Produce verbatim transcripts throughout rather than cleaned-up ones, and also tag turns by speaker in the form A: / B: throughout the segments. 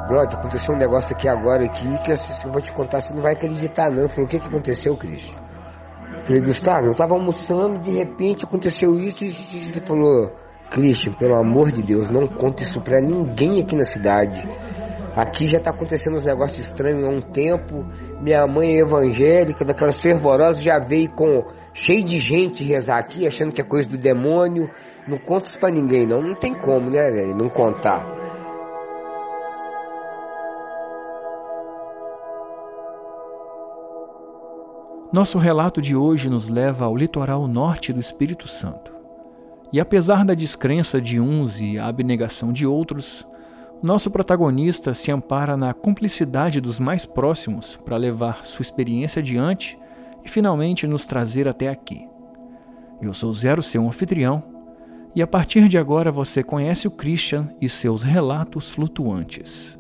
A: Brother, aconteceu um negócio aqui agora aqui que eu, eu vou te contar, você não vai acreditar não. Eu falei, o que que aconteceu, Cristian? Eu falei, Gustavo, eu tava almoçando, de repente aconteceu isso e você falou, Cristian, pelo amor de Deus, não conta isso pra ninguém aqui na cidade. Aqui já tá acontecendo uns negócios estranhos há um tempo. Minha mãe é evangélica, daquelas fervorosas, já veio com cheio de gente rezar aqui, achando que é coisa do demônio. Não conta isso pra ninguém não, não tem como, né, velho, não contar.
B: Nosso relato de hoje nos leva ao litoral norte do Espírito Santo. E apesar da descrença de uns e a abnegação de outros, nosso protagonista se ampara na cumplicidade dos mais próximos para levar sua experiência adiante e finalmente nos trazer até aqui. Eu sou Zero, seu anfitrião, e a partir de agora você conhece o Cristian e seus relatos flutuantes.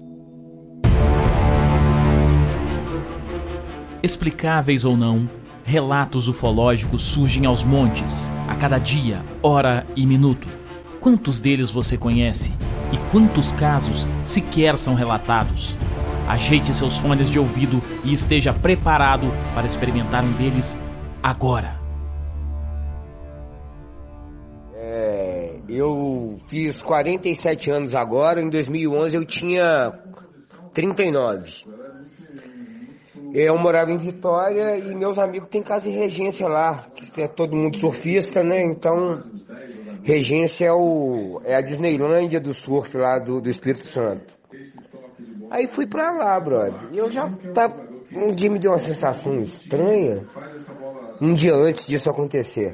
C: Explicáveis ou não, relatos ufológicos surgem aos montes, a cada dia, hora e minuto. Quantos deles você conhece? E quantos casos sequer são relatados? Ajeite seus fones de ouvido e esteja preparado para experimentar um deles agora.
A: É, eu fiz quarenta e sete anos agora, em dois mil e onze eu tinha trinta e nove. Eu morava em Vitória e meus amigos têm casa em Regência lá, que é todo mundo surfista, né? Então, Regência é, o, é a Disneylândia do surf lá do, do Espírito Santo. Aí fui pra lá, brother. E eu já tava... Um dia me deu uma sensação estranha, um dia antes disso acontecer.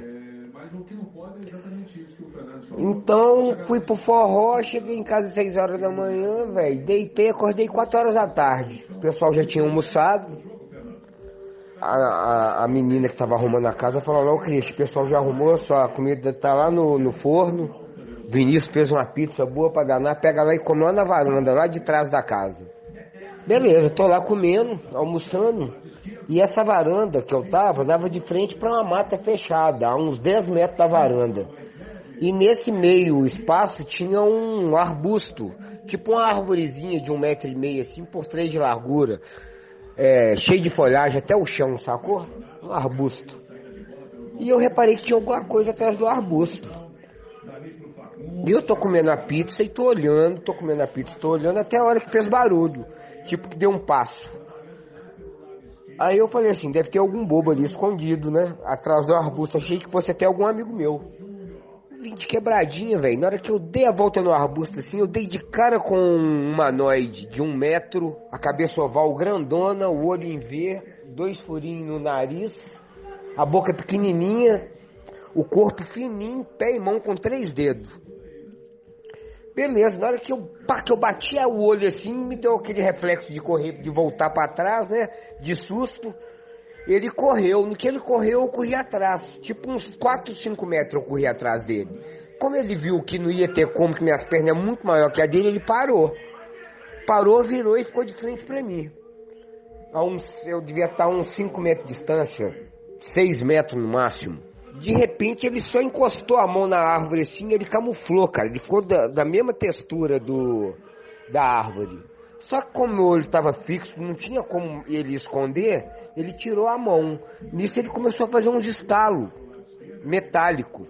A: Então, fui pro forró, cheguei em casa às seis horas da manhã, velho. Deitei, acordei quatro horas da tarde. O pessoal já tinha almoçado. A, a, a menina que tava arrumando a casa falou, lá, ô Cristian, o pessoal já arrumou, só a comida tá lá no, no forno. Vinícius fez uma pizza boa pra danar, pega lá e come lá na varanda, lá de trás da casa. Beleza, tô lá comendo, almoçando. E essa varanda que eu tava, dava de frente pra uma mata fechada, a uns dez metros da varanda. E nesse meio espaço tinha um arbusto, tipo uma arvorezinha de um metro e meio, assim, por três de largura. É, cheio de folhagem até o chão, sacou? Um arbusto. E eu reparei que tinha alguma coisa atrás do arbusto. E eu tô comendo a pizza e tô olhando, tô comendo a pizza, tô olhando até a hora que fez barulho. Tipo que deu um passo. Aí eu falei assim, deve ter algum bobo ali escondido, né? Atrás do arbusto, achei que fosse até algum amigo meu. Vim de quebradinha, velho. Na hora que eu dei a volta no arbusto assim, eu dei de cara com um humanoide de um metro, a cabeça oval grandona, o olho em V, dois furinhos no nariz, a boca pequenininha, o corpo fininho, pé e mão com três dedos. Beleza, na hora que eu, pá, que eu bati o olho assim, me deu aquele reflexo de correr, de voltar pra trás, né? De susto. Ele correu, no que ele correu eu corri atrás, tipo uns quatro, cinco metros eu corri atrás dele. Como ele viu que não ia ter como, que minhas pernas é muito maior que a dele, ele parou. Parou, virou e ficou de frente pra mim. A uns, eu devia estar a uns cinco metros de distância, seis metros no máximo. De repente ele só encostou a mão na árvore assim, ele camuflou, cara. Ele ficou da, da mesma textura do, da árvore. Só que como o olho estava fixo, não tinha como ele esconder, ele tirou a mão. Nisso ele começou a fazer uns estalos metálicos.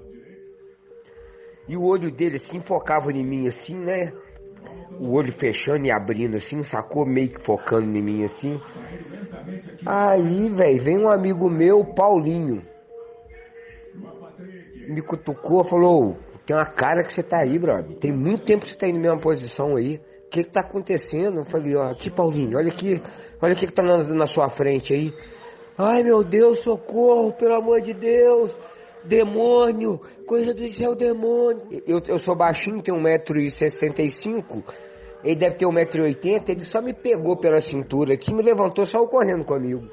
A: E o olho dele assim, focava em mim assim, né? O olho fechando e abrindo assim, sacou? Meio que focando em mim assim. Aí, velho, vem um amigo meu, Paulinho. Me cutucou, falou, tem uma cara que você tá aí, brother. Tem muito tempo que você tá aí na mesma posição aí. O que que tá acontecendo? Eu falei, ó, aqui, Paulinho, olha aqui, olha o que que tá na, na sua frente aí. Ai, meu Deus, socorro, pelo amor de Deus, demônio, coisa do céu, demônio. Eu, eu sou baixinho, tenho um metro e sessenta e cinco, ele deve ter um metro e oitenta, ele só me pegou pela cintura aqui, me levantou, saiu correndo comigo.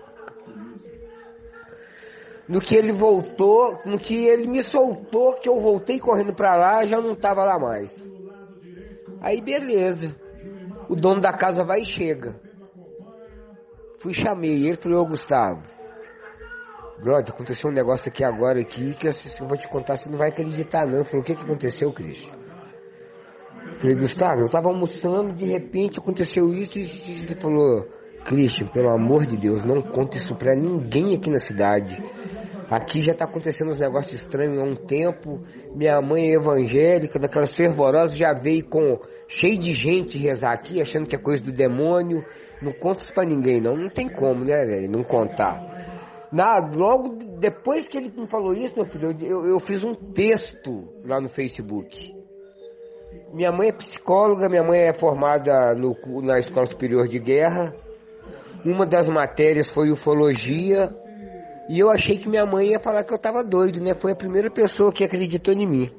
A: No que ele voltou, no que ele me soltou, que eu voltei correndo pra lá, já não tava lá mais. Aí beleza. O dono da casa vai e chega. Fui, chamei ele, falei, ô Gustavo, brother, aconteceu um negócio aqui agora aqui, que eu, eu vou te contar, você não vai acreditar não. Eu falei, o que que aconteceu, Cristian? Falei, Gustavo, eu tava almoçando, de repente aconteceu isso e você falou, Christian, pelo amor de Deus, não conta isso pra ninguém aqui na cidade. Aqui já tá acontecendo uns negócios estranhos há um tempo. Minha mãe é evangélica, daquelas fervorosas, já veio com cheio de gente rezar aqui, achando que é coisa do demônio. Não conta isso pra ninguém, não. Não tem como, né, velho, não contar. Na, logo depois que ele me falou isso, meu filho, eu, eu fiz um texto lá no Facebook. Minha mãe é psicóloga, minha mãe é formada no, na Escola Superior de Guerra. Uma das matérias foi ufologia. E eu achei que minha mãe ia falar que eu tava doido, né? Foi a primeira pessoa que acreditou em mim.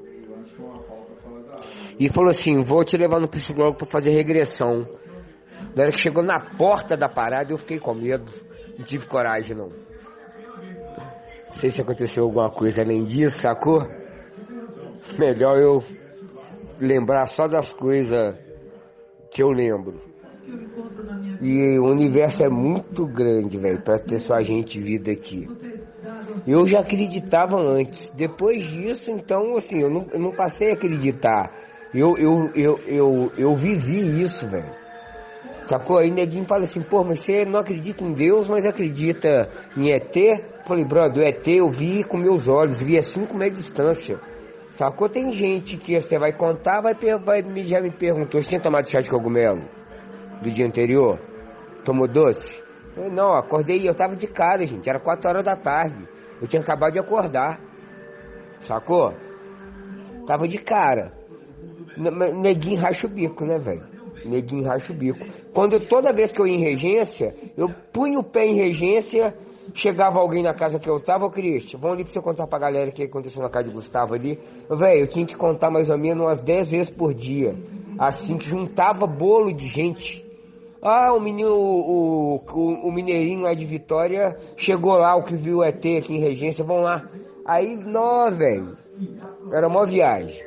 A: E falou assim, vou te levar no psicólogo pra fazer regressão. Na hora que chegou na porta da parada, eu fiquei com medo. Não tive coragem, não. Não sei se aconteceu alguma coisa além disso, sacou? Melhor eu lembrar só das coisas que eu lembro. E o universo é muito grande, velho, pra ter só a gente vida aqui. Eu já acreditava antes. Depois disso, então, assim, eu não, eu não passei a acreditar. Eu, eu, eu, eu, eu vivi isso, velho. Sacou? Aí neguinho fala assim, pô, mas você não acredita em Deus, mas acredita em E T? Falei, brother, o E T eu vi com meus olhos, vi a cinco metros de distância. Sacou? Tem gente que você vai contar, vai, vai já me perguntou, você tinha tomado chá de cogumelo do dia anterior? Tomou doce? Eu, não, acordei, eu tava de cara, gente, era quatro horas da tarde. Eu tinha acabado de acordar. Sacou? Tava de cara. Neguinho racha o bico, né, velho? Neguinho racha o bico. Quando eu, toda vez que eu ia em regência, eu punha o pé em regência, chegava alguém na casa que eu tava, ô Cristian, vamos ali pra você contar pra galera o que aconteceu na casa de Gustavo ali. Velho, eu tinha que contar mais ou menos umas dez vezes por dia. Assim que juntava bolo de gente. Ah, o menino, o, o, o mineirinho lá de Vitória chegou lá, o que viu o E T aqui em regência, vamos lá. Aí, não, velho, era uma viagem.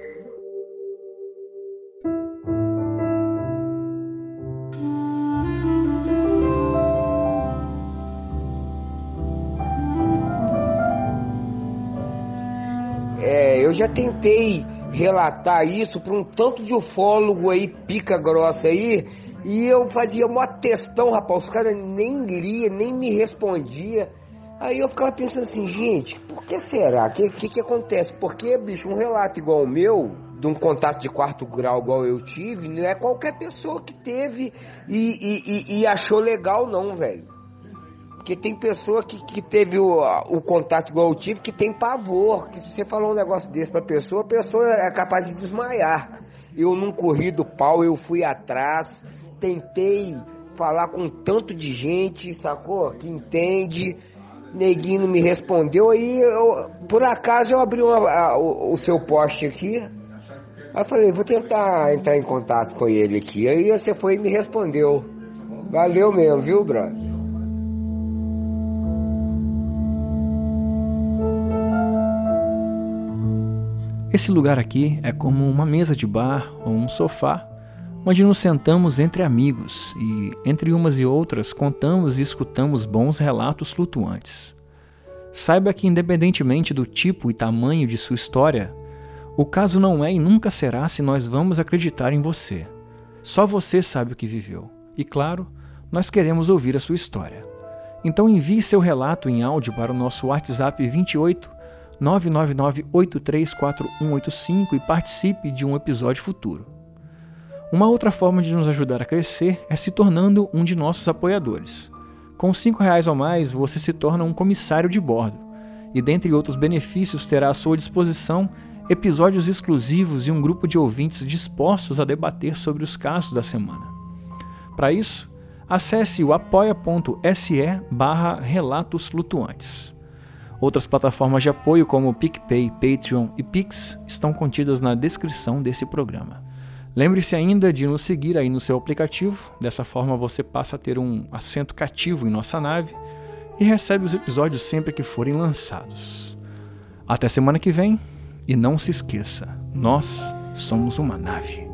A: É, eu já tentei relatar isso para um tanto de ufólogo aí, pica grossa aí, e eu fazia mó textão, rapaz, os caras nem liam, nem me respondiam. Aí eu ficava pensando assim, gente, por que será? O que, que que acontece? Porque, bicho, um relato igual o meu, de um contato de quarto grau igual eu tive, não é qualquer pessoa que teve e, e, e, e achou legal não, velho. Porque tem pessoa que, que teve o, o contato igual eu tive, que tem pavor, que se você falar um negócio desse pra pessoa, a pessoa é capaz de desmaiar. Eu não corri do pau, eu fui atrás, tentei falar com tanto de gente, sacou? Que entende, neguinho não me respondeu, aí eu, por acaso eu abri uma, a, o, o seu post aqui, aí eu falei, vou tentar entrar em contato com ele aqui, aí você foi e me respondeu. Valeu mesmo, viu, brother?
B: Esse lugar aqui é como uma mesa de bar ou um sofá, onde nos sentamos entre amigos e, entre umas e outras, contamos e escutamos bons relatos flutuantes. Saiba que, independentemente do tipo e tamanho de sua história, o caso não é e nunca será se nós vamos acreditar em você. Só você sabe o que viveu. E, claro, nós queremos ouvir a sua história. Então envie seu relato em áudio para o nosso WhatsApp vinte e oito, nove nove nove, oito três quatro um oito cinco e participe de um episódio futuro. Uma outra forma de nos ajudar a crescer é se tornando um de nossos apoiadores. Com cinco reais ou mais, você se torna um comissário de bordo e, dentre outros benefícios, terá à sua disposição episódios exclusivos e um grupo de ouvintes dispostos a debater sobre os casos da semana. Para isso, acesse o apoia.se barra relatos flutuantes. Outras plataformas de apoio como o PicPay, Patreon e Pix estão contidas na descrição desse programa. Lembre-se ainda de nos seguir aí no seu aplicativo, dessa forma você passa a ter um assento cativo em nossa nave e recebe os episódios sempre que forem lançados. Até semana que vem, e não se esqueça, nós somos uma nave.